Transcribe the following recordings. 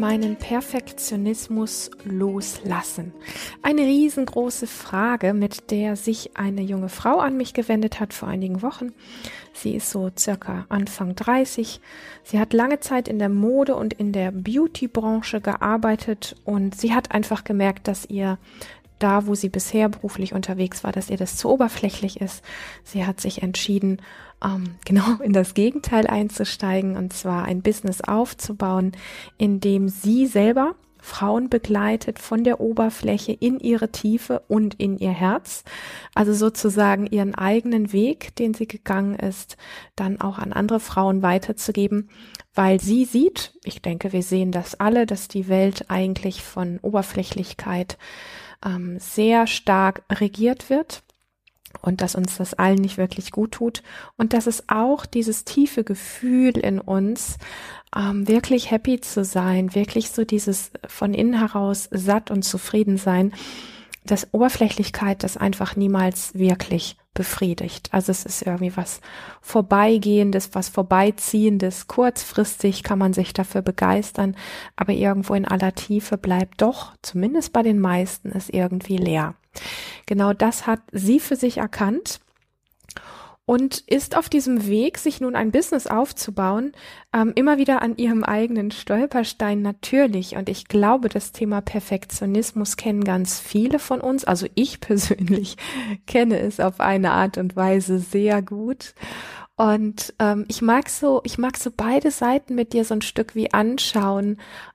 meinen Perfektionismus loslassen? Eine riesengroße Frage, mit der sich eine junge Frau an mich gewendet hat vor einigen Wochen. Sie ist so circa Anfang 30. Sie hat lange Zeit in der Mode- und in der Beauty-Branche gearbeitet und sie hat einfach gemerkt, dass ihr da, wo sie bisher beruflich unterwegs war, dass ihr das zu oberflächlich ist. Sie hat sich entschieden, genau in das Gegenteil einzusteigen, und zwar ein Business aufzubauen, in dem sie selber Frauen begleitet von der Oberfläche in ihre Tiefe und in ihr Herz. Also sozusagen ihren eigenen Weg, den sie gegangen ist, dann auch an andere Frauen weiterzugeben, weil sie sieht, ich denke, wir sehen das alle, dass die Welt eigentlich von Oberflächlichkeit sehr stark regiert wird und dass uns das allen nicht wirklich gut tut und dass es auch dieses tiefe Gefühl in uns, wirklich happy zu sein, wirklich so dieses von innen heraus satt und zufrieden sein, dass Oberflächlichkeit das einfach niemals wirklich befriedigt. Also es ist irgendwie was Vorbeigehendes, was Vorbeiziehendes. Kurzfristig kann man sich dafür begeistern, aber irgendwo in aller Tiefe bleibt doch, zumindest bei den meisten, es irgendwie leer. Genau das hat sie für sich erkannt und ist auf diesem Weg, sich nun ein Business aufzubauen, immer wieder an ihrem eigenen Stolperstein natürlich. Und ich glaube, das Thema Perfektionismus kennen ganz viele von uns. Also ich persönlich kenne es auf eine Art und Weise sehr gut. Und ich mag so beide Seiten mit dir so ein Stück wie anschauen.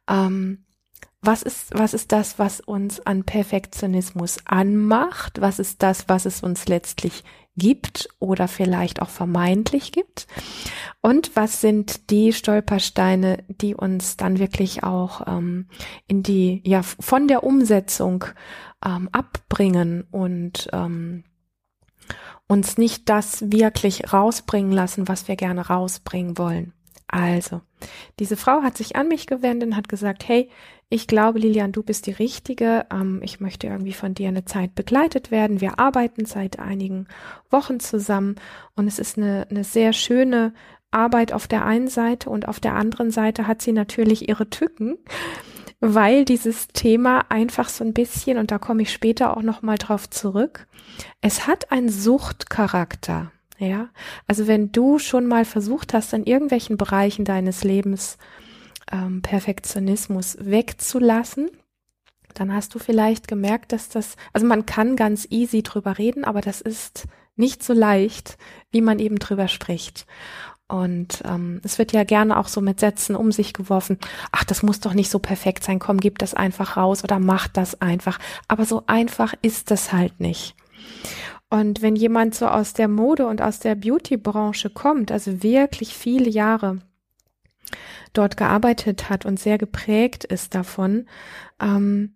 Was ist das, was uns an Perfektionismus anmacht? Was ist das, was es uns letztlich gibt oder vielleicht auch vermeintlich gibt? Und was sind die Stolpersteine, die uns dann wirklich auch von der Umsetzung abbringen und uns nicht das wirklich rausbringen lassen, was wir gerne rausbringen wollen? Also, diese Frau hat sich an mich gewendet und hat gesagt, hey, ich glaube, Lilian, du bist die Richtige. Ich möchte irgendwie von dir eine Zeit begleitet werden. Wir arbeiten seit einigen Wochen zusammen und es ist eine sehr schöne Arbeit auf der einen Seite, und auf der anderen Seite hat sie natürlich ihre Tücken, weil dieses Thema einfach so ein bisschen, und da komme ich später auch nochmal drauf zurück, es hat einen Suchtcharakter. Ja, also wenn du schon mal versucht hast, in irgendwelchen Bereichen deines Lebens Perfektionismus wegzulassen, dann hast du vielleicht gemerkt, dass also man kann ganz easy drüber reden, aber das ist nicht so leicht, wie man eben drüber spricht. Und es wird ja gerne auch so mit Sätzen um sich geworfen, ach, das muss doch nicht so perfekt sein, komm, gib das einfach raus oder mach das einfach. Aber so einfach ist das halt nicht. Und wenn jemand so aus der Mode- und aus der Beauty-Branche kommt, also wirklich viele Jahre dort gearbeitet hat und sehr geprägt ist davon, dann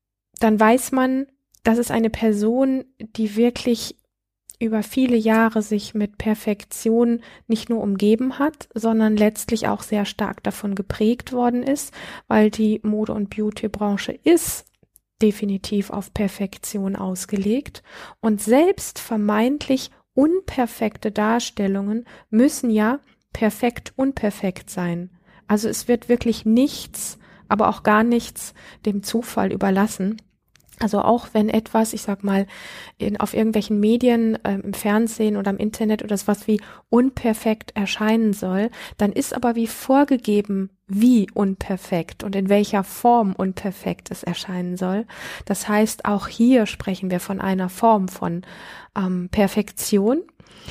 weiß man, das ist eine Person, die wirklich über viele Jahre sich mit Perfektion nicht nur umgeben hat, sondern letztlich auch sehr stark davon geprägt worden ist, weil die Mode- und Beauty-Branche ist definitiv auf Perfektion ausgelegt, und selbst vermeintlich unperfekte Darstellungen müssen ja perfekt unperfekt sein. Also es wird wirklich nichts, aber auch gar nichts dem Zufall überlassen. Also auch wenn etwas, ich sag mal, auf irgendwelchen Medien, im Fernsehen oder im Internet oder sowas wie unperfekt erscheinen soll, dann ist aber wie vorgegeben, wie unperfekt und in welcher Form unperfekt es erscheinen soll. Das heißt, auch hier sprechen wir von einer Form von Perfektion.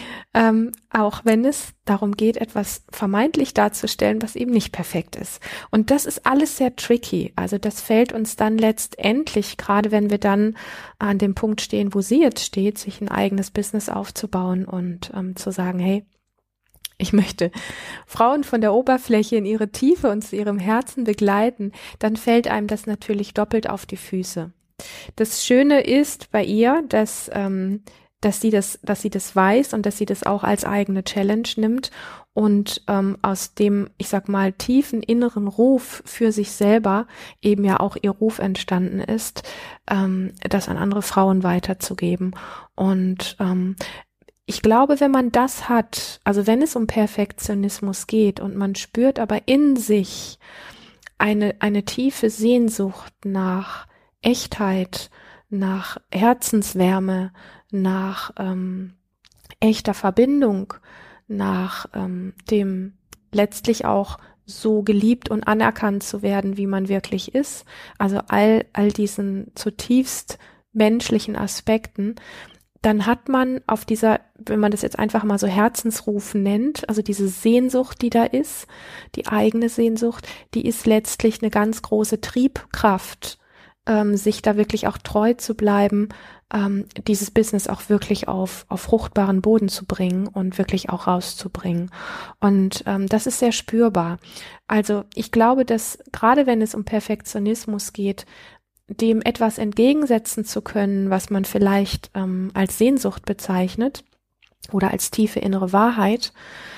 Auch wenn es darum geht, etwas vermeintlich darzustellen, was eben nicht perfekt ist. Und das ist alles sehr tricky. Also das fällt uns dann letztendlich, gerade wenn wir dann an dem Punkt stehen, wo sie jetzt steht, sich ein eigenes Business aufzubauen und zu sagen, hey, ich möchte Frauen von der Oberfläche in ihre Tiefe und zu ihrem Herzen begleiten, dann fällt einem das natürlich doppelt auf die Füße. Das Schöne ist bei ihr, dass sie das weiß und dass sie das auch als eigene Challenge nimmt und aus dem, ich sag mal, tiefen inneren Ruf für sich selber eben ja auch ihr Ruf entstanden ist, das an andere Frauen weiterzugeben. Und ich glaube, wenn man das hat, also wenn es um Perfektionismus geht und man spürt aber in sich eine tiefe Sehnsucht nach Echtheit, nach Herzenswärme, nach echter Verbindung, nach dem letztlich auch so geliebt und anerkannt zu werden, wie man wirklich ist. Also all diesen zutiefst menschlichen Aspekten, dann hat man auf dieser, wenn man das jetzt einfach mal so Herzensruf nennt, also diese Sehnsucht, die da ist, die eigene Sehnsucht, die ist letztlich eine ganz große Triebkraft, sich da wirklich auch treu zu bleiben, dieses Business auch wirklich auf fruchtbaren Boden zu bringen und wirklich auch rauszubringen. Und das ist sehr spürbar. Also ich glaube, dass gerade wenn es um Perfektionismus geht, dem etwas entgegensetzen zu können, was man vielleicht als Sehnsucht bezeichnet oder als tiefe innere Wahrheit,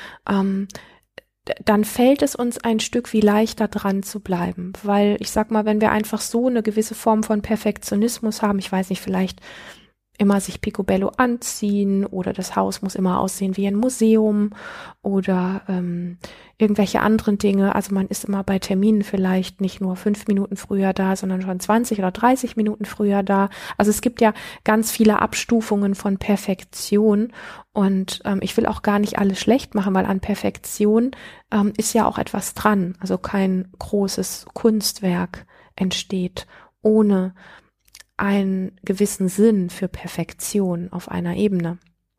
dann fällt es uns ein Stück wie leichter dran zu bleiben. Weil ich sag mal, wenn wir einfach so eine gewisse Form von Perfektionismus haben, ich weiß nicht, vielleicht immer sich picobello anziehen oder das Haus muss immer aussehen wie ein Museum oder irgendwelche anderen Dinge. Also man ist immer bei Terminen vielleicht nicht nur 5 Minuten früher da, sondern schon 20 oder 30 Minuten früher da. Also es gibt ja ganz viele Abstufungen von Perfektion und ich will auch gar nicht alles schlecht machen, weil an Perfektion ist ja auch etwas dran. Also kein großes Kunstwerk entsteht ohne einen gewissen Sinn für Perfektion auf einer Ebene.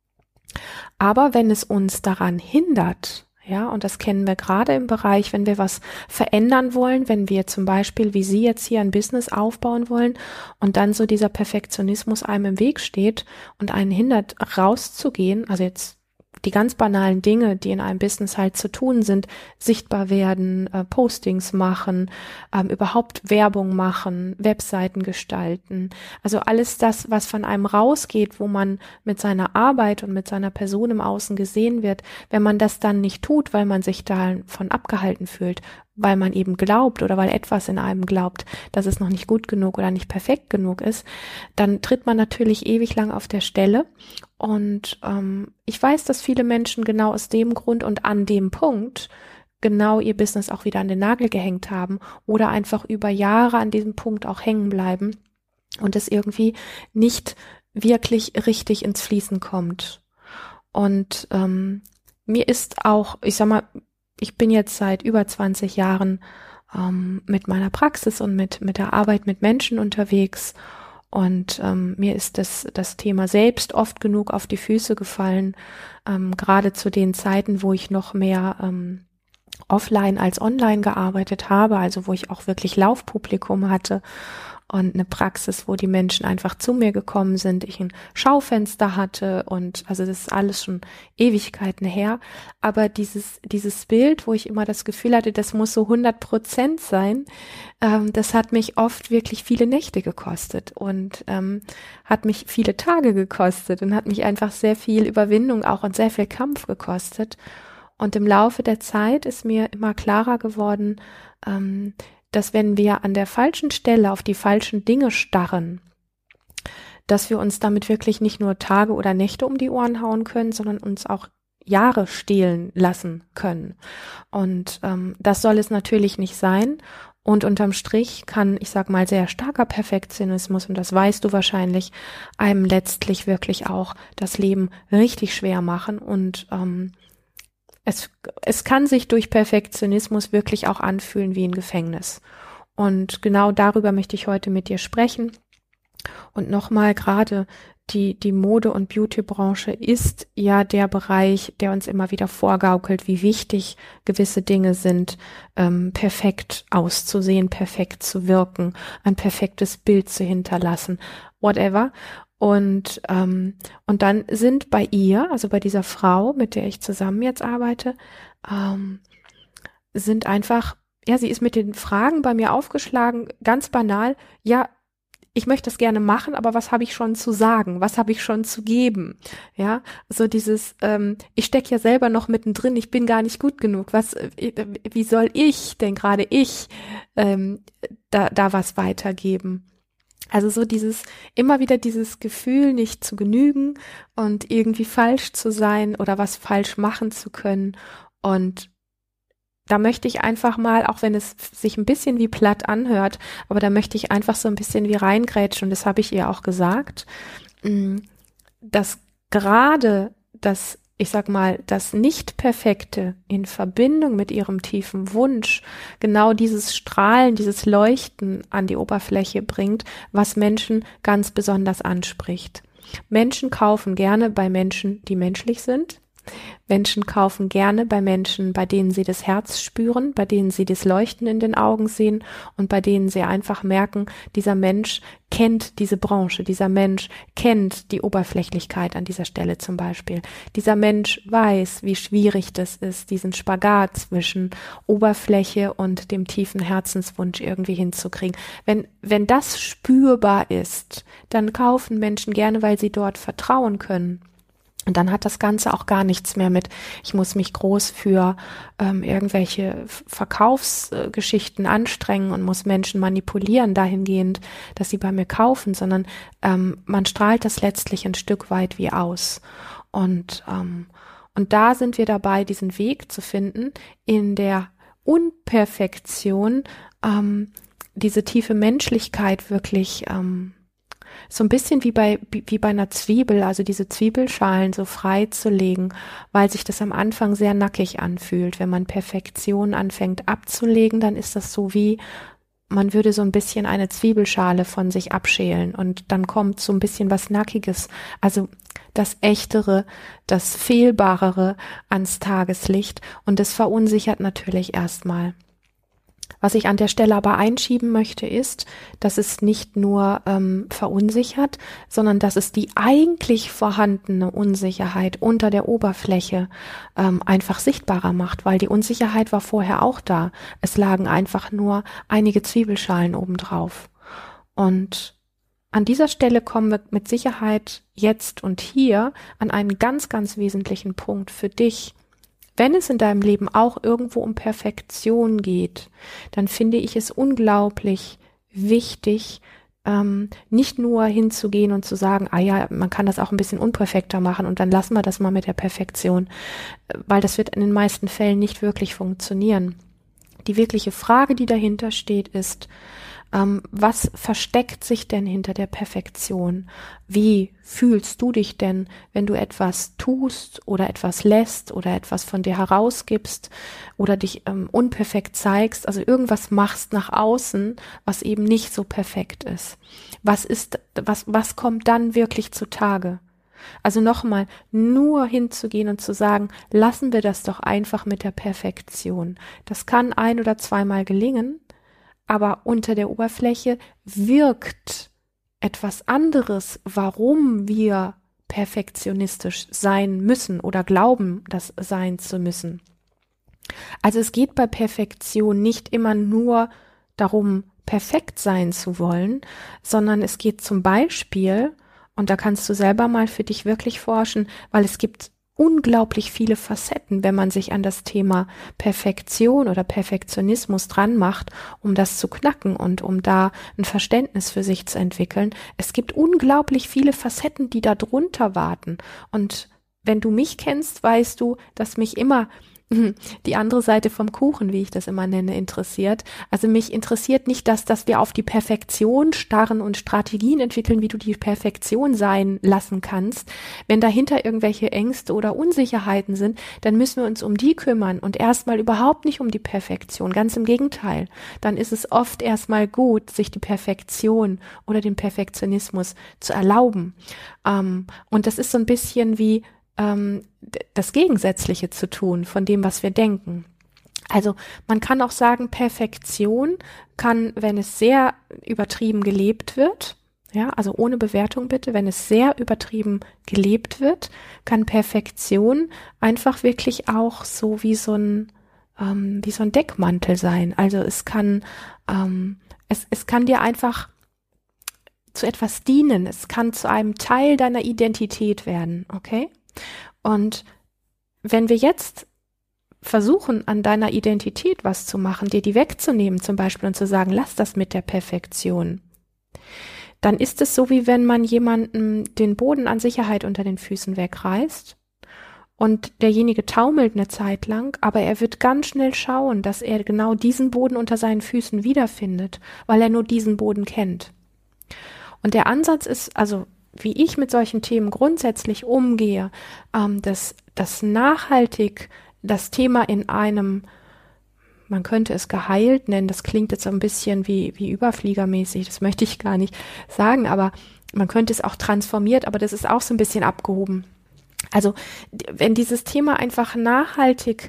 Aber wenn es uns daran hindert, ja, und das kennen wir gerade im Bereich, wenn wir was verändern wollen, wenn wir zum Beispiel, wie Sie jetzt hier ein Business aufbauen wollen und dann so dieser Perfektionismus einem im Weg steht und einen hindert, rauszugehen, also jetzt die ganz banalen Dinge, die in einem Business halt zu tun sind, sichtbar werden, Postings machen, überhaupt Werbung machen, Webseiten gestalten. Also alles das, was von einem rausgeht, wo man mit seiner Arbeit und mit seiner Person im Außen gesehen wird, wenn man das dann nicht tut, weil man sich davon abgehalten fühlt, weil man eben glaubt oder weil etwas in einem glaubt, dass es noch nicht gut genug oder nicht perfekt genug ist, dann tritt man natürlich ewig lang auf der Stelle. Und ich weiß, dass viele Menschen genau aus dem Grund und an dem Punkt genau ihr Business auch wieder an den Nagel gehängt haben oder einfach über Jahre an diesem Punkt auch hängen bleiben und es irgendwie nicht wirklich richtig ins Fließen kommt. Und mir ist auch, ich sag mal, ich bin jetzt seit über 20 Jahren mit meiner Praxis und mit der Arbeit mit Menschen unterwegs und mir ist das Thema selbst oft genug auf die Füße gefallen, gerade zu den Zeiten, wo ich noch mehr offline als online gearbeitet habe, also wo ich auch wirklich Laufpublikum hatte und eine Praxis, wo die Menschen einfach zu mir gekommen sind, ich ein Schaufenster hatte und also das ist alles schon Ewigkeiten her, aber dieses Bild, wo ich immer das Gefühl hatte, das muss so 100% sein, das hat mich oft wirklich viele Nächte gekostet und hat mich viele Tage gekostet und hat mich einfach sehr viel Überwindung auch und sehr viel Kampf gekostet. Und im Laufe der Zeit ist mir immer klarer geworden, dass wenn wir an der falschen Stelle auf die falschen Dinge starren, dass wir uns damit wirklich nicht nur Tage oder Nächte um die Ohren hauen können, sondern uns auch Jahre stehlen lassen können. Und das soll es natürlich nicht sein. Und unterm Strich kann, ich sag mal, sehr starker Perfektionismus, und das weißt du wahrscheinlich, einem letztlich wirklich auch das Leben richtig schwer machen und es kann sich durch Perfektionismus wirklich auch anfühlen wie ein Gefängnis. Und genau darüber möchte ich heute mit dir sprechen. Und nochmal, gerade die Mode- und Beauty-Branche ist ja der Bereich, der uns immer wieder vorgaukelt, wie wichtig gewisse Dinge sind, perfekt auszusehen, perfekt zu wirken, ein perfektes Bild zu hinterlassen, whatever. Und dann sind bei ihr, also bei dieser Frau, mit der ich zusammen jetzt arbeite, sind einfach, ja, sie ist mit den Fragen bei mir aufgeschlagen, ganz banal, ja, ich möchte das gerne machen, aber was habe ich schon zu sagen? Was habe ich schon zu geben? Ja, so dieses, ich stecke ja selber noch mittendrin, ich bin gar nicht gut genug. Wie soll ich, denn gerade ich, da was weitergeben? Also so immer wieder dieses Gefühl, nicht zu genügen und irgendwie falsch zu sein oder was falsch machen zu können. Und da möchte ich einfach mal, auch wenn es sich ein bisschen wie platt anhört, aber da möchte ich einfach so ein bisschen wie reingrätschen, und das habe ich ihr auch gesagt, dass gerade das, ich sag mal, das Nicht-Perfekte in Verbindung mit ihrem tiefen Wunsch genau dieses Strahlen, dieses Leuchten an die Oberfläche bringt, was Menschen ganz besonders anspricht. Menschen kaufen gerne bei Menschen, die menschlich sind. Menschen kaufen gerne bei Menschen, bei denen sie das Herz spüren, bei denen sie das Leuchten in den Augen sehen und bei denen sie einfach merken, dieser Mensch kennt diese Branche, dieser Mensch kennt die Oberflächlichkeit an dieser Stelle zum Beispiel. Dieser Mensch weiß, wie schwierig das ist, diesen Spagat zwischen Oberfläche und dem tiefen Herzenswunsch irgendwie hinzukriegen. Wenn das spürbar ist, dann kaufen Menschen gerne, weil sie dort vertrauen können. Und dann hat das Ganze auch gar nichts mehr mit, ich muss mich groß für irgendwelche Verkaufsgeschichten anstrengen und muss Menschen manipulieren dahingehend, dass sie bei mir kaufen, sondern man strahlt das letztlich ein Stück weit wie aus. Und da sind wir dabei, diesen Weg zu finden, in der Unperfektion diese tiefe Menschlichkeit wirklich so ein bisschen wie bei einer Zwiebel, also diese Zwiebelschalen so frei zu legen, weil sich das am Anfang sehr nackig anfühlt. Wenn man Perfektion anfängt abzulegen, dann ist das so wie, man würde so ein bisschen eine Zwiebelschale von sich abschälen und dann kommt so ein bisschen was Nackiges, also das Echtere, das Fehlbarere ans Tageslicht, und das verunsichert natürlich erstmal. Was ich an der Stelle aber einschieben möchte, ist, dass es nicht nur verunsichert, sondern dass es die eigentlich vorhandene Unsicherheit unter der Oberfläche einfach sichtbarer macht, weil die Unsicherheit war vorher auch da. Es lagen einfach nur einige Zwiebelschalen obendrauf. Und an dieser Stelle kommen wir mit Sicherheit jetzt und hier an einen ganz, ganz wesentlichen Punkt für dich. Wenn es in deinem Leben auch irgendwo um Perfektion geht, dann finde ich es unglaublich wichtig, nicht nur hinzugehen und zu sagen, ah ja, man kann das auch ein bisschen unperfekter machen und dann lassen wir das mal mit der Perfektion, weil das wird in den meisten Fällen nicht wirklich funktionieren. Die wirkliche Frage, die dahinter steht, ist, was versteckt sich denn hinter der Perfektion? Wie fühlst du dich denn, wenn du etwas tust oder etwas lässt oder etwas von dir herausgibst oder dich unperfekt zeigst, also irgendwas machst nach außen, was eben nicht so perfekt ist? Was kommt dann wirklich zutage? Also nochmal, nur hinzugehen und zu sagen, lassen wir das doch einfach mit der Perfektion. Das kann ein- oder zweimal gelingen, aber unter der Oberfläche wirkt etwas anderes, warum wir perfektionistisch sein müssen oder glauben, das sein zu müssen. Also es geht bei Perfektion nicht immer nur darum, perfekt sein zu wollen, sondern es geht zum Beispiel, und da kannst du selber mal für dich wirklich forschen, weil es gibt unglaublich viele Facetten, wenn man sich an das Thema Perfektion oder Perfektionismus dran macht, um das zu knacken und um da ein Verständnis für sich zu entwickeln. Es gibt unglaublich viele Facetten, die da drunter warten. Und wenn du mich kennst, weißt du, dass mich immer die andere Seite vom Kuchen, wie ich das immer nenne, interessiert. Also mich interessiert nicht, dass wir auf die Perfektion starren und Strategien entwickeln, wie du die Perfektion sein lassen kannst. Wenn dahinter irgendwelche Ängste oder Unsicherheiten sind, dann müssen wir uns um die kümmern und erstmal überhaupt nicht um die Perfektion. Ganz im Gegenteil. Dann ist es oft erstmal gut, sich die Perfektion oder den Perfektionismus zu erlauben. Und das ist so ein bisschen wie das Gegensätzliche zu tun von dem, was wir denken. Also man kann auch sagen, Perfektion kann, wenn es sehr übertrieben gelebt wird, ja, also ohne Bewertung bitte, wenn es sehr übertrieben gelebt wird, kann Perfektion einfach wirklich auch so wie so ein Deckmantel sein. Also es kann dir einfach zu etwas dienen. Es kann zu einem Teil deiner Identität werden, okay? Und wenn wir jetzt versuchen, an deiner Identität was zu machen, dir die wegzunehmen zum Beispiel und zu sagen, lass das mit der Perfektion, dann ist es so, wie wenn man jemandem den Boden an Sicherheit unter den Füßen wegreißt und derjenige taumelt eine Zeit lang, aber er wird ganz schnell schauen, dass er genau diesen Boden unter seinen Füßen wiederfindet, weil er nur diesen Boden kennt. Und der Ansatz ist, also wie ich mit solchen Themen grundsätzlich umgehe, dass nachhaltig das Thema in einem, man könnte es geheilt nennen, das klingt jetzt so ein bisschen wie überfliegermäßig, das möchte ich gar nicht sagen, aber man könnte es auch transformiert, aber das ist auch so ein bisschen abgehoben. Also wenn dieses Thema einfach nachhaltig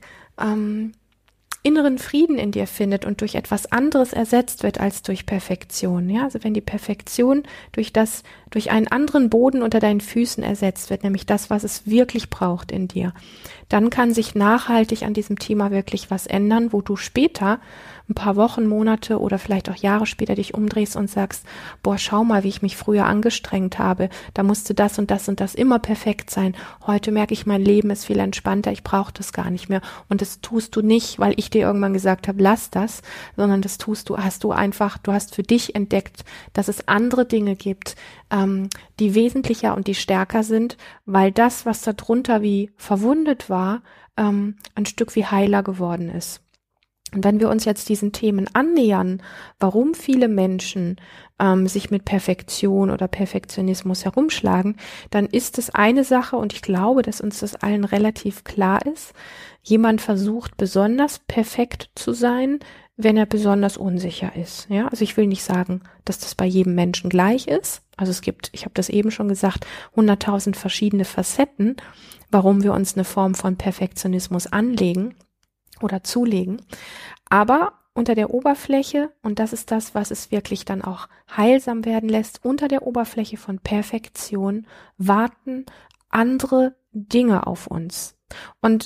inneren Frieden in dir findet und durch etwas anderes ersetzt wird als durch Perfektion, ja, also wenn die Perfektion durch einen anderen Boden unter deinen Füßen ersetzt wird, nämlich das, was es wirklich braucht in dir, dann kann sich nachhaltig an diesem Thema wirklich was ändern, wo du später, ein paar Wochen, Monate oder vielleicht auch Jahre später dich umdrehst und sagst, boah, schau mal, wie ich mich früher angestrengt habe, da musste das und das und das immer perfekt sein. Heute merke ich, mein Leben ist viel entspannter, ich brauche das gar nicht mehr. Und das tust du nicht, weil ich dir irgendwann gesagt habe, lass das, sondern das du hast für dich entdeckt, dass es andere Dinge gibt, die wesentlicher und die stärker sind, weil das, was da drunter wie verwundet war, ein Stück wie heiler geworden ist. Und wenn wir uns jetzt diesen Themen annähern, warum viele Menschen sich mit Perfektion oder Perfektionismus herumschlagen, dann ist es eine Sache, und ich glaube, dass uns das allen relativ klar ist. Jemand versucht besonders perfekt zu sein, wenn er besonders unsicher ist. Ja, also ich will nicht sagen, dass das bei jedem Menschen gleich ist. Also es gibt, ich habe das eben schon gesagt, 100.000 verschiedene Facetten, warum wir uns eine Form von Perfektionismus anlegen oder zulegen. Aber unter der Oberfläche, und das ist das, was es wirklich dann auch heilsam werden lässt, unter der Oberfläche von Perfektion warten andere Dinge auf uns. Und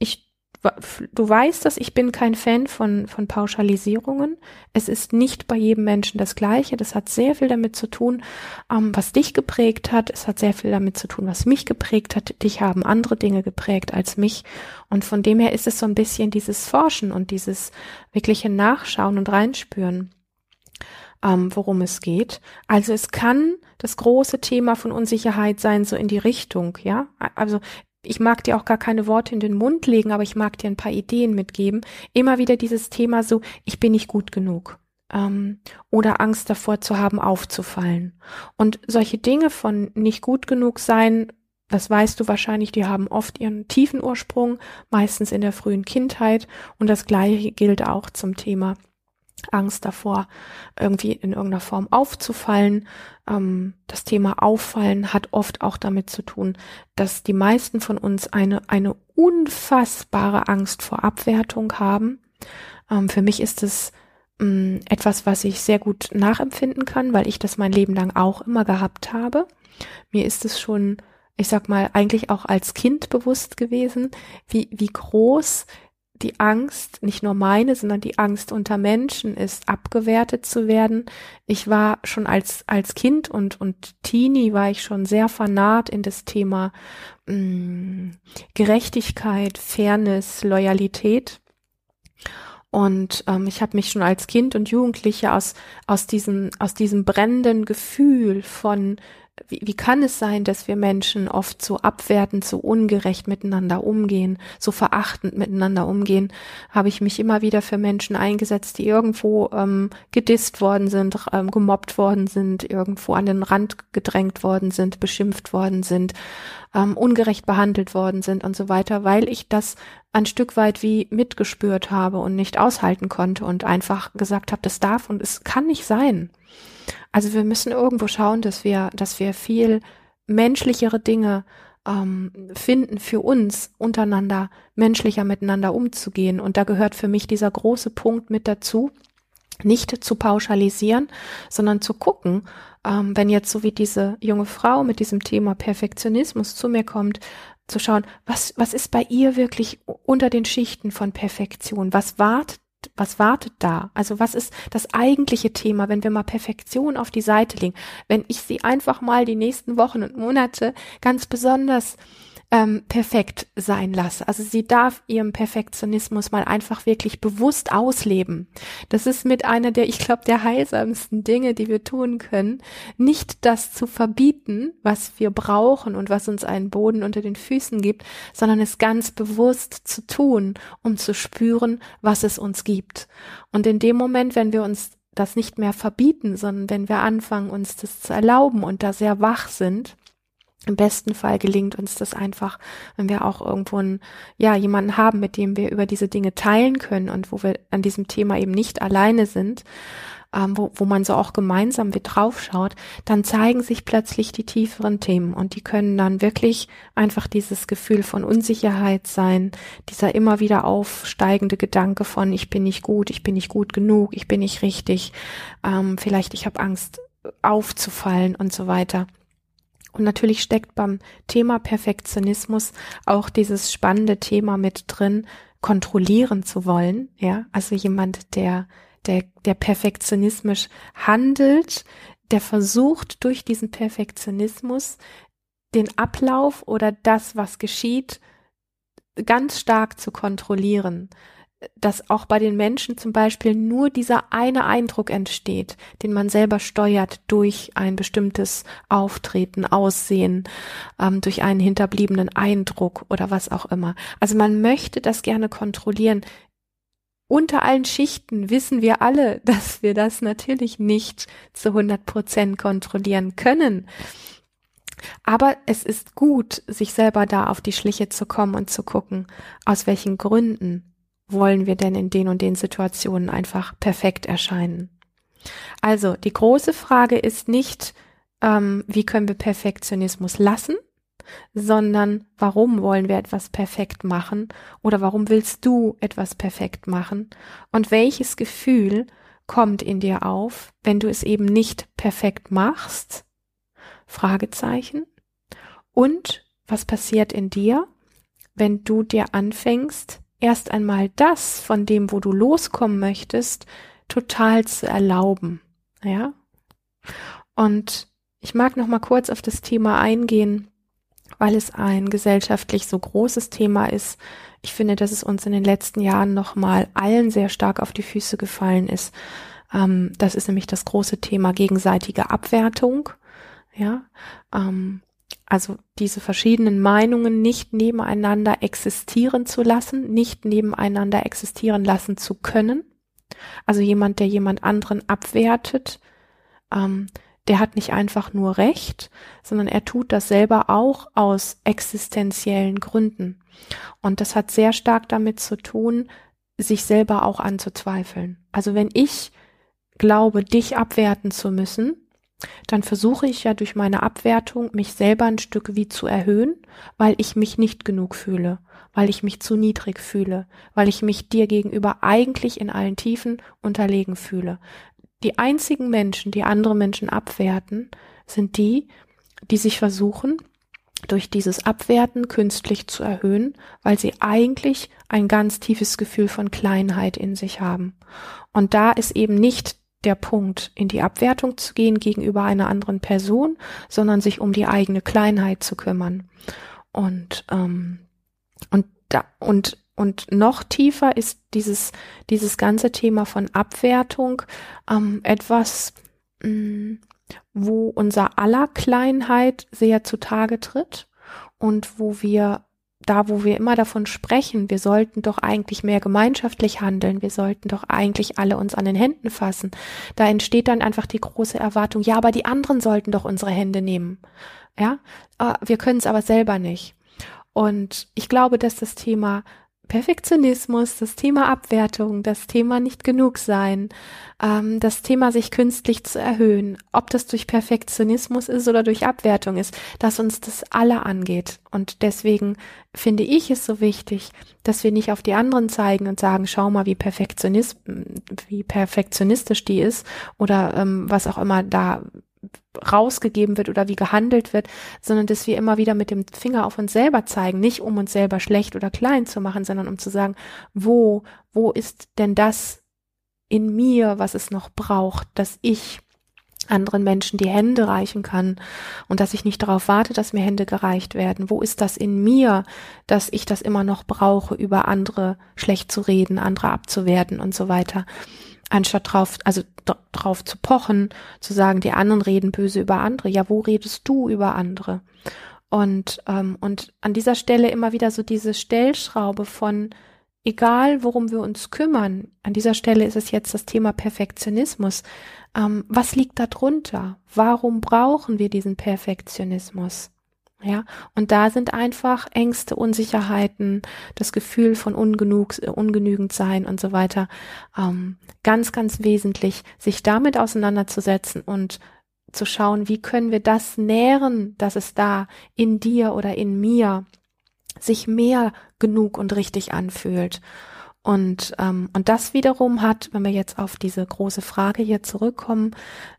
du weißt, dass ich bin kein Fan von Pauschalisierungen. Es ist nicht bei jedem Menschen das Gleiche. Das hat sehr viel damit zu tun, was dich geprägt hat. Es hat sehr viel damit zu tun, was mich geprägt hat. Dich haben andere Dinge geprägt als mich. Und von dem her ist es so ein bisschen dieses Forschen und dieses wirkliche Nachschauen und Reinspüren, worum es geht. Also es kann das große Thema von Unsicherheit sein, so in die Richtung, ja. Also ich mag dir auch gar keine Worte in den Mund legen, aber ich mag dir ein paar Ideen mitgeben. Immer wieder dieses Thema so, ich bin nicht gut genug. Oder Angst davor zu haben, aufzufallen. Und solche Dinge von nicht gut genug sein, das weißt du wahrscheinlich, die haben oft ihren tiefen Ursprung, meistens in der frühen Kindheit. Und das Gleiche gilt auch zum Thema Angst davor, irgendwie in irgendeiner Form aufzufallen. Das Thema Auffallen hat oft auch damit zu tun, dass die meisten von uns eine unfassbare Angst vor Abwertung haben. Für mich ist es etwas, was ich sehr gut nachempfinden kann, weil ich das mein Leben lang auch immer gehabt habe. Mir ist es schon, ich sag mal, eigentlich auch als Kind bewusst gewesen, wie groß die Angst, nicht nur meine, sondern die Angst unter Menschen ist, abgewertet zu werden. Ich war schon als Kind und Teenie war ich schon sehr vernarrt in das Thema Gerechtigkeit, Fairness, Loyalität. Und ich habe mich schon als Kind und Jugendliche aus diesem brennenden Gefühl von wie kann es sein, dass wir Menschen oft so abwertend, so ungerecht miteinander umgehen, so verachtend miteinander umgehen, habe ich mich immer wieder für Menschen eingesetzt, die irgendwo gedisst worden sind, gemobbt worden sind, irgendwo an den Rand gedrängt worden sind, beschimpft worden sind, ungerecht behandelt worden sind und so weiter, weil ich das ein Stück weit wie mitgespürt habe und nicht aushalten konnte und einfach gesagt habe, das darf und es kann nicht sein. Also wir müssen irgendwo schauen, dass wir viel menschlichere Dinge finden für uns, untereinander menschlicher miteinander umzugehen. Und da gehört für mich dieser große Punkt mit dazu, nicht zu pauschalisieren, sondern zu gucken, wenn jetzt so wie diese junge Frau mit diesem Thema Perfektionismus zu mir kommt, zu schauen, was ist bei ihr wirklich unter den Schichten von Perfektion? Was wartet da? Also was ist das eigentliche Thema, wenn wir mal Perfektion auf die Seite legen? Wenn ich sie einfach mal die nächsten Wochen und Monate ganz besonders perfekt sein lasse. Also sie darf ihren Perfektionismus mal einfach wirklich bewusst ausleben. Das ist mit einer der, ich glaube, der heilsamsten Dinge, die wir tun können, nicht das zu verbieten, was wir brauchen und was uns einen Boden unter den Füßen gibt, sondern es ganz bewusst zu tun, um zu spüren, was es uns gibt. Und in dem Moment, wenn wir uns das nicht mehr verbieten, sondern wenn wir anfangen, uns das zu erlauben und da sehr wach sind, im besten Fall gelingt uns das einfach, wenn wir auch irgendwo jemanden haben, mit dem wir über diese Dinge teilen können und wo wir an diesem Thema eben nicht alleine sind, wo man so auch gemeinsam mit draufschaut, dann zeigen sich plötzlich die tieferen Themen und die können dann wirklich einfach dieses Gefühl von Unsicherheit sein, dieser immer wieder aufsteigende Gedanke von ich bin nicht gut genug, ich bin nicht richtig, vielleicht ich habe Angst aufzufallen und so weiter. Und natürlich steckt beim Thema Perfektionismus auch dieses spannende Thema mit drin, kontrollieren zu wollen, ja, also jemand, der perfektionistisch handelt, der versucht durch diesen Perfektionismus den Ablauf oder das, was geschieht, ganz stark zu kontrollieren. Dass auch bei den Menschen zum Beispiel nur dieser eine Eindruck entsteht, den man selber steuert durch ein bestimmtes Auftreten, Aussehen, durch einen hinterbliebenen Eindruck oder was auch immer. Also man möchte das gerne kontrollieren. Unter allen Schichten wissen wir alle, dass wir das natürlich nicht zu 100% kontrollieren können. Aber es ist gut, sich selber da auf die Schliche zu kommen und zu gucken, aus welchen Gründen wollen wir denn in den und den Situationen einfach perfekt erscheinen. Also die große Frage ist nicht, wie können wir Perfektionismus lassen, sondern warum wollen wir etwas perfekt machen oder warum willst du etwas perfekt machen und welches Gefühl kommt in dir auf, wenn du es eben nicht perfekt machst? Fragezeichen. Und was passiert in dir, wenn du dir anfängst, erst einmal das, von dem, wo du loskommen möchtest, total zu erlauben, ja? Und ich mag noch mal kurz auf das Thema eingehen, weil es ein gesellschaftlich so großes Thema ist. Ich finde, dass es uns in den letzten Jahren noch mal allen sehr stark auf die Füße gefallen ist. Das ist nämlich das große Thema gegenseitige Abwertung, ja? Also diese verschiedenen Meinungen nicht nebeneinander existieren zu lassen, nicht nebeneinander existieren lassen zu können. Also jemand, der jemand anderen abwertet, der hat nicht einfach nur Recht, sondern er tut das selber auch aus existenziellen Gründen. Und das hat sehr stark damit zu tun, sich selber auch anzuzweifeln. Also wenn ich glaube, dich abwerten zu müssen, dann versuche ich ja durch meine Abwertung, mich selber ein Stück wie zu erhöhen, weil ich mich nicht genug fühle, weil ich mich zu niedrig fühle, weil ich mich dir gegenüber eigentlich in allen Tiefen unterlegen fühle. Die einzigen Menschen, die andere Menschen abwerten, sind die, die sich versuchen, durch dieses Abwerten künstlich zu erhöhen, weil sie eigentlich ein ganz tiefes Gefühl von Kleinheit in sich haben. Und da ist eben nicht der Punkt, in die Abwertung zu gehen gegenüber einer anderen Person, sondern sich um die eigene Kleinheit zu kümmern. Und noch tiefer ist dieses ganze Thema von Abwertung etwas, wo unser aller Kleinheit sehr zutage tritt und wo wir immer davon sprechen, wir sollten doch eigentlich mehr gemeinschaftlich handeln, wir sollten doch eigentlich alle uns an den Händen fassen. Da entsteht dann einfach die große Erwartung, ja, aber die anderen sollten doch unsere Hände nehmen. Ja, wir können es aber selber nicht. Und ich glaube, dass das Thema Perfektionismus, das Thema Abwertung, das Thema nicht genug sein, das Thema sich künstlich zu erhöhen, ob das durch Perfektionismus ist oder durch Abwertung ist, dass uns das alle angeht. Und deswegen finde ich es so wichtig, dass wir nicht auf die anderen zeigen und sagen, schau mal, wie perfektionistisch die ist oder was auch immer da rausgegeben wird oder wie gehandelt wird, sondern dass wir immer wieder mit dem Finger auf uns selber zeigen, nicht um uns selber schlecht oder klein zu machen, sondern um zu sagen, wo ist denn das in mir, was es noch braucht, dass ich anderen Menschen die Hände reichen kann und dass ich nicht darauf warte, dass mir Hände gereicht werden. Wo ist das in mir, dass ich das immer noch brauche, über andere schlecht zu reden, andere abzuwerten und so weiter, anstatt drauf zu pochen, zu sagen, die anderen reden böse über andere. Ja, wo redest du über andere? Und an dieser Stelle immer wieder so diese Stellschraube von egal, worum wir uns kümmern, an dieser Stelle ist es jetzt das Thema Perfektionismus. Was liegt da drunter? Warum brauchen wir diesen Perfektionismus? Ja, und da sind einfach Ängste, Unsicherheiten, das Gefühl von ungenügend sein und so weiter, ganz, ganz wesentlich, sich damit auseinanderzusetzen und zu schauen, wie können wir das nähren, dass es da in dir oder in mir sich mehr genug und richtig anfühlt. Und das wiederum hat, wenn wir jetzt auf diese große Frage hier zurückkommen,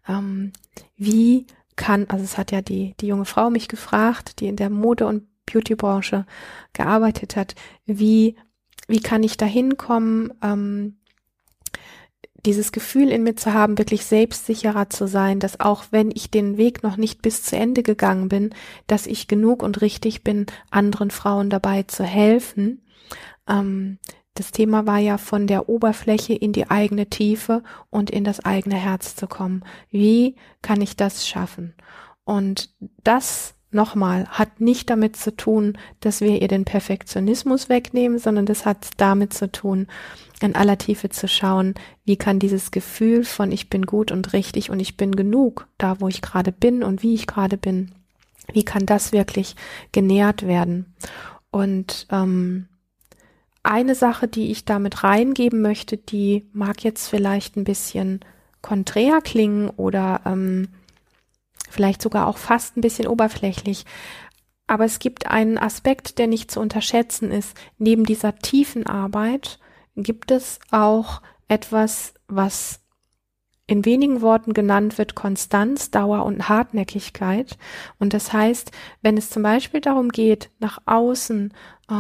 also es hat ja die junge Frau mich gefragt, die in der Mode- und Beautybranche gearbeitet hat, wie kann ich da hinkommen, dieses Gefühl in mir zu haben, wirklich selbstsicherer zu sein, dass auch wenn ich den Weg noch nicht bis zu Ende gegangen bin, dass ich genug und richtig bin, anderen Frauen dabei zu helfen. Das Thema war ja von der Oberfläche in die eigene Tiefe und in das eigene Herz zu kommen. Wie kann ich das schaffen? Und das nochmal hat nicht damit zu tun, dass wir ihr den Perfektionismus wegnehmen, sondern das hat damit zu tun, in aller Tiefe zu schauen, wie kann dieses Gefühl von ich bin gut und richtig und ich bin genug, da wo ich gerade bin und wie ich gerade bin, wie kann das wirklich genährt werden? Und eine Sache, die ich damit reingeben möchte, die mag jetzt vielleicht ein bisschen konträr klingen oder vielleicht sogar auch fast ein bisschen oberflächlich. Aber es gibt einen Aspekt, der nicht zu unterschätzen ist. Neben dieser tiefen Arbeit gibt es auch etwas, was in wenigen Worten genannt wird, Konstanz, Dauer und Hartnäckigkeit. Und das heißt, wenn es zum Beispiel darum geht, nach außen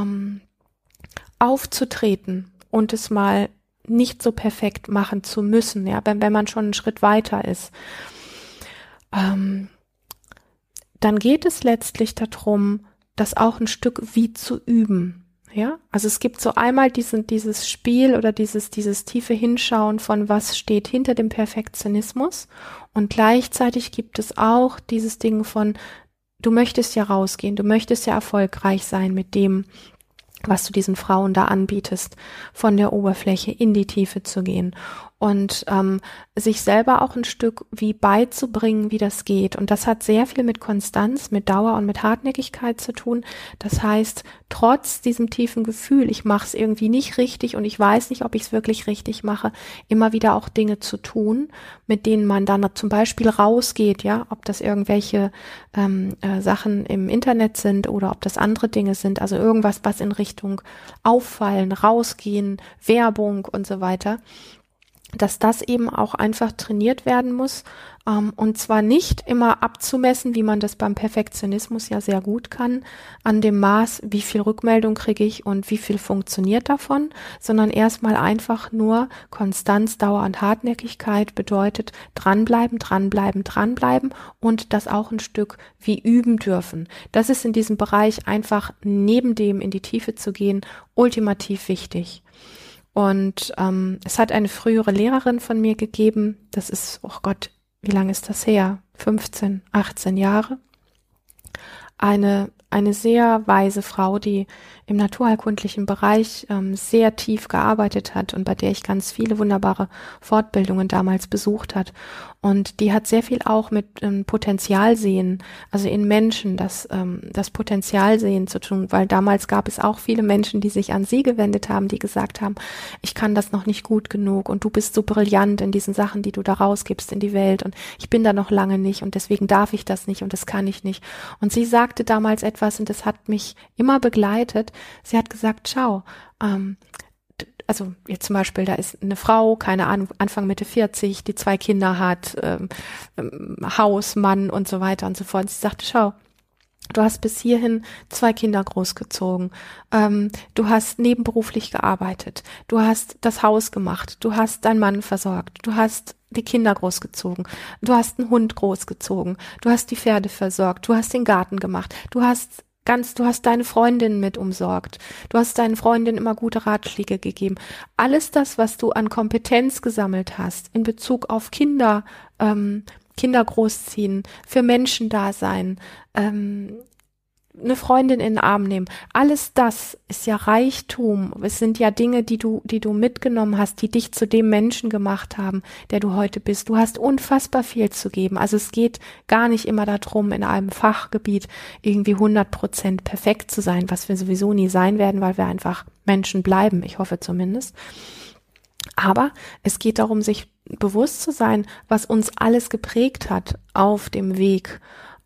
aufzutreten und es mal nicht so perfekt machen zu müssen, ja, wenn man schon einen Schritt weiter ist, dann geht es letztlich darum, das auch ein Stück wie zu üben. Ja, also es gibt so einmal dieses Spiel oder dieses tiefe Hinschauen von was steht hinter dem Perfektionismus und gleichzeitig gibt es auch dieses Ding von du möchtest ja rausgehen, du möchtest ja erfolgreich sein mit dem, was du diesen Frauen da anbietest, von der Oberfläche in die Tiefe zu gehen und sich selber auch ein Stück wie beizubringen, wie das geht. Und das hat sehr viel mit Konstanz, mit Dauer und mit Hartnäckigkeit zu tun. Das heißt, trotz diesem tiefen Gefühl, ich mache es irgendwie nicht richtig und ich weiß nicht, ob ich es wirklich richtig mache, immer wieder auch Dinge zu tun, mit denen man dann zum Beispiel rausgeht, ja, ob das irgendwelche Sachen im Internet sind oder ob das andere Dinge sind, also irgendwas, was in Richtung Auffallen, Rausgehen, Werbung und so weiter, dass das eben auch einfach trainiert werden muss und zwar nicht immer abzumessen, wie man das beim Perfektionismus ja sehr gut kann, an dem Maß, wie viel Rückmeldung kriege ich und wie viel funktioniert davon, sondern erstmal einfach nur Konstanz, Dauer und Hartnäckigkeit bedeutet dranbleiben, dranbleiben, dranbleiben und das auch ein Stück wie üben dürfen. Das ist in diesem Bereich einfach neben dem in die Tiefe zu gehen, ultimativ wichtig. Und es hat eine frühere Lehrerin von mir gegeben, das ist, oh Gott, wie lange ist das her? 15, 18 Jahre. Eine sehr weise Frau, die im naturheilkundlichen Bereich sehr tief gearbeitet hat und bei der ich ganz viele wunderbare Fortbildungen damals besucht hat. Und die hat sehr viel auch mit Potenzialsehen, also in Menschen, das Potenzialsehen zu tun, weil damals gab es auch viele Menschen, die sich an sie gewendet haben, die gesagt haben, ich kann das noch nicht gut genug und du bist so brillant in diesen Sachen, die du da rausgibst in die Welt und ich bin da noch lange nicht und deswegen darf ich das nicht und das kann ich nicht. Und sie sagte damals etwas und das hat mich immer begleitet. Sie hat gesagt, schau, also jetzt zum Beispiel, da ist eine Frau, keine Ahnung, Anfang Mitte 40, die 2 Kinder hat, Haus, Mann und so weiter und so fort. Sie sagte, schau, du hast bis hierhin 2 Kinder großgezogen, du hast nebenberuflich gearbeitet, du hast das Haus gemacht, du hast deinen Mann versorgt, du hast die Kinder großgezogen, du hast einen Hund großgezogen, du hast die Pferde versorgt, du hast den Garten gemacht, du hast deine Freundin mit umsorgt, du hast deinen Freundinnen immer gute Ratschläge gegeben. Alles das, was du an Kompetenz gesammelt hast in Bezug auf Kinder, Kinder großziehen, für Menschen da sein, eine Freundin in den Arm nehmen. Alles das ist ja Reichtum. Es sind ja Dinge, die du mitgenommen hast, die dich zu dem Menschen gemacht haben, der du heute bist. Du hast unfassbar viel zu geben. Also es geht gar nicht immer darum, in einem Fachgebiet irgendwie 100% perfekt zu sein, was wir sowieso nie sein werden, weil wir einfach Menschen bleiben. Ich hoffe zumindest. Aber es geht darum, sich bewusst zu sein, was uns alles geprägt hat auf dem Weg,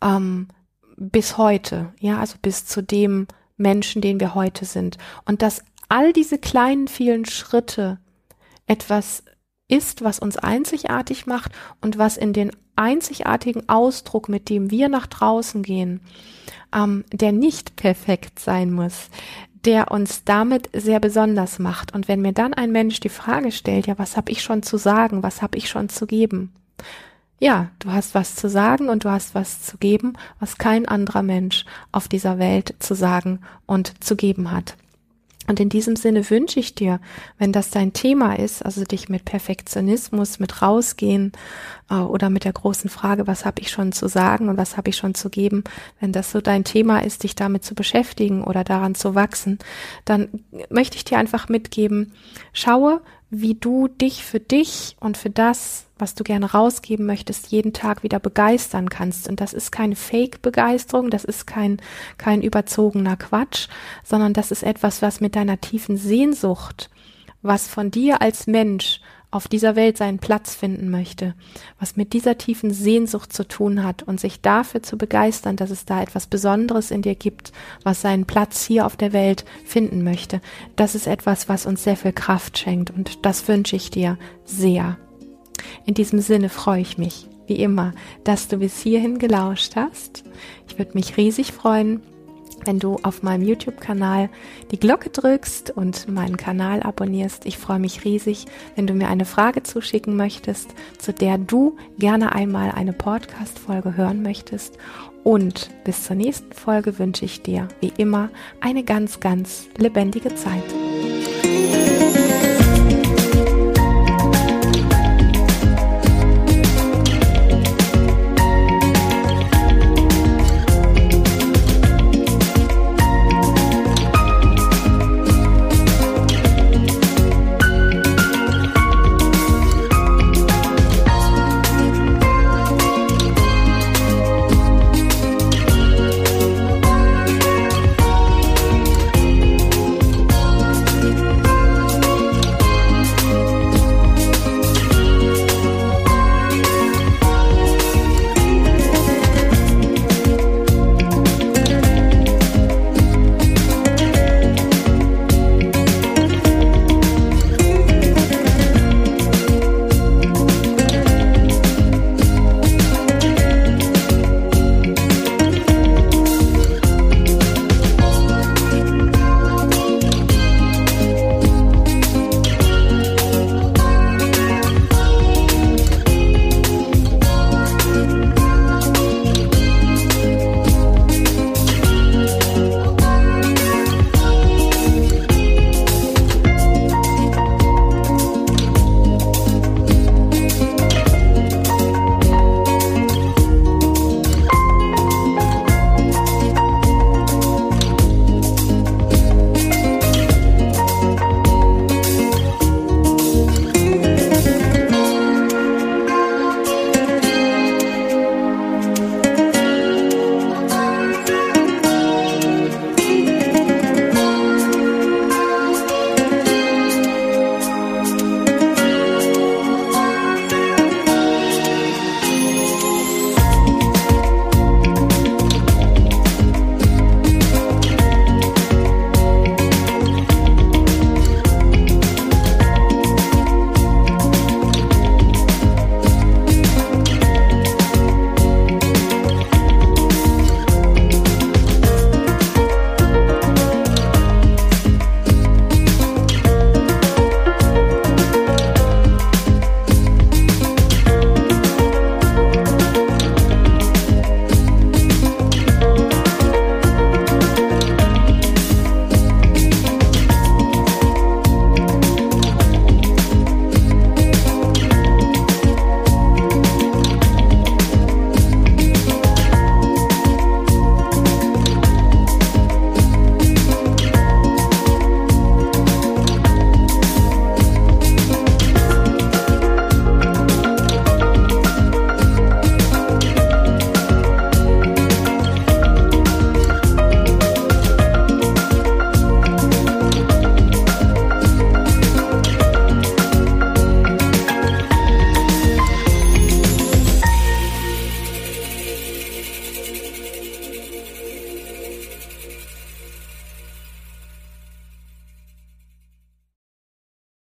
bis heute, ja, also bis zu dem Menschen, den wir heute sind. Und dass all diese kleinen, vielen Schritte etwas ist, was uns einzigartig macht und was in den einzigartigen Ausdruck, mit dem wir nach draußen gehen, der nicht perfekt sein muss, der uns damit sehr besonders macht. Und wenn mir dann ein Mensch die Frage stellt, ja, was habe ich schon zu sagen, was habe ich schon zu geben? Ja, du hast was zu sagen und du hast was zu geben, was kein anderer Mensch auf dieser Welt zu sagen und zu geben hat. Und in diesem Sinne wünsche ich dir, wenn das dein Thema ist, also dich mit Perfektionismus, mit rausgehen oder mit der großen Frage, was habe ich schon zu sagen und was habe ich schon zu geben, wenn das so dein Thema ist, dich damit zu beschäftigen oder daran zu wachsen, dann möchte ich dir einfach mitgeben, schaue, wie du dich für dich und für das, was du gerne rausgeben möchtest, jeden Tag wieder begeistern kannst. Und das ist keine Fake-Begeisterung, das ist kein überzogener Quatsch, sondern das ist etwas, was mit deiner tiefen Sehnsucht, was von dir als Mensch auf dieser Welt seinen Platz finden möchte, was mit dieser tiefen Sehnsucht zu tun hat und sich dafür zu begeistern, dass es da etwas Besonderes in dir gibt, was seinen Platz hier auf der Welt finden möchte. Das ist etwas, was uns sehr viel Kraft schenkt und das wünsche ich dir sehr. In diesem Sinne freue ich mich, wie immer, dass du bis hierhin gelauscht hast. Ich würde mich riesig freuen, wenn du auf meinem YouTube-Kanal die Glocke drückst und meinen Kanal abonnierst. Ich freue mich riesig, wenn du mir eine Frage zuschicken möchtest, zu der du gerne einmal eine Podcast-Folge hören möchtest. Und bis zur nächsten Folge wünsche ich dir, wie immer, eine ganz, ganz lebendige Zeit.